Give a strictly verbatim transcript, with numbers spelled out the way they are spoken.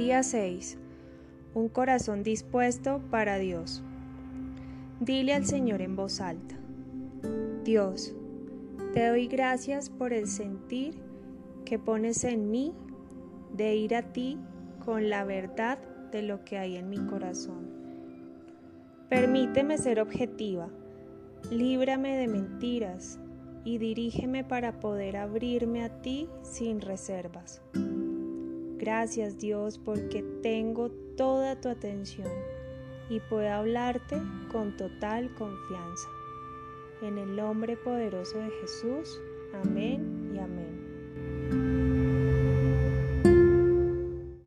Día seis. Un corazón dispuesto para Dios. Dile al Señor en voz alta: Dios, te doy gracias por el sentir que pones en mí de ir a ti con la verdad de lo que hay en mi corazón. Permíteme ser objetiva, líbrame de mentiras y dirígeme para poder abrirme a ti sin reservas. Gracias, Dios, porque tengo toda tu atención y puedo hablarte con total confianza. En el nombre poderoso de Jesús. Amén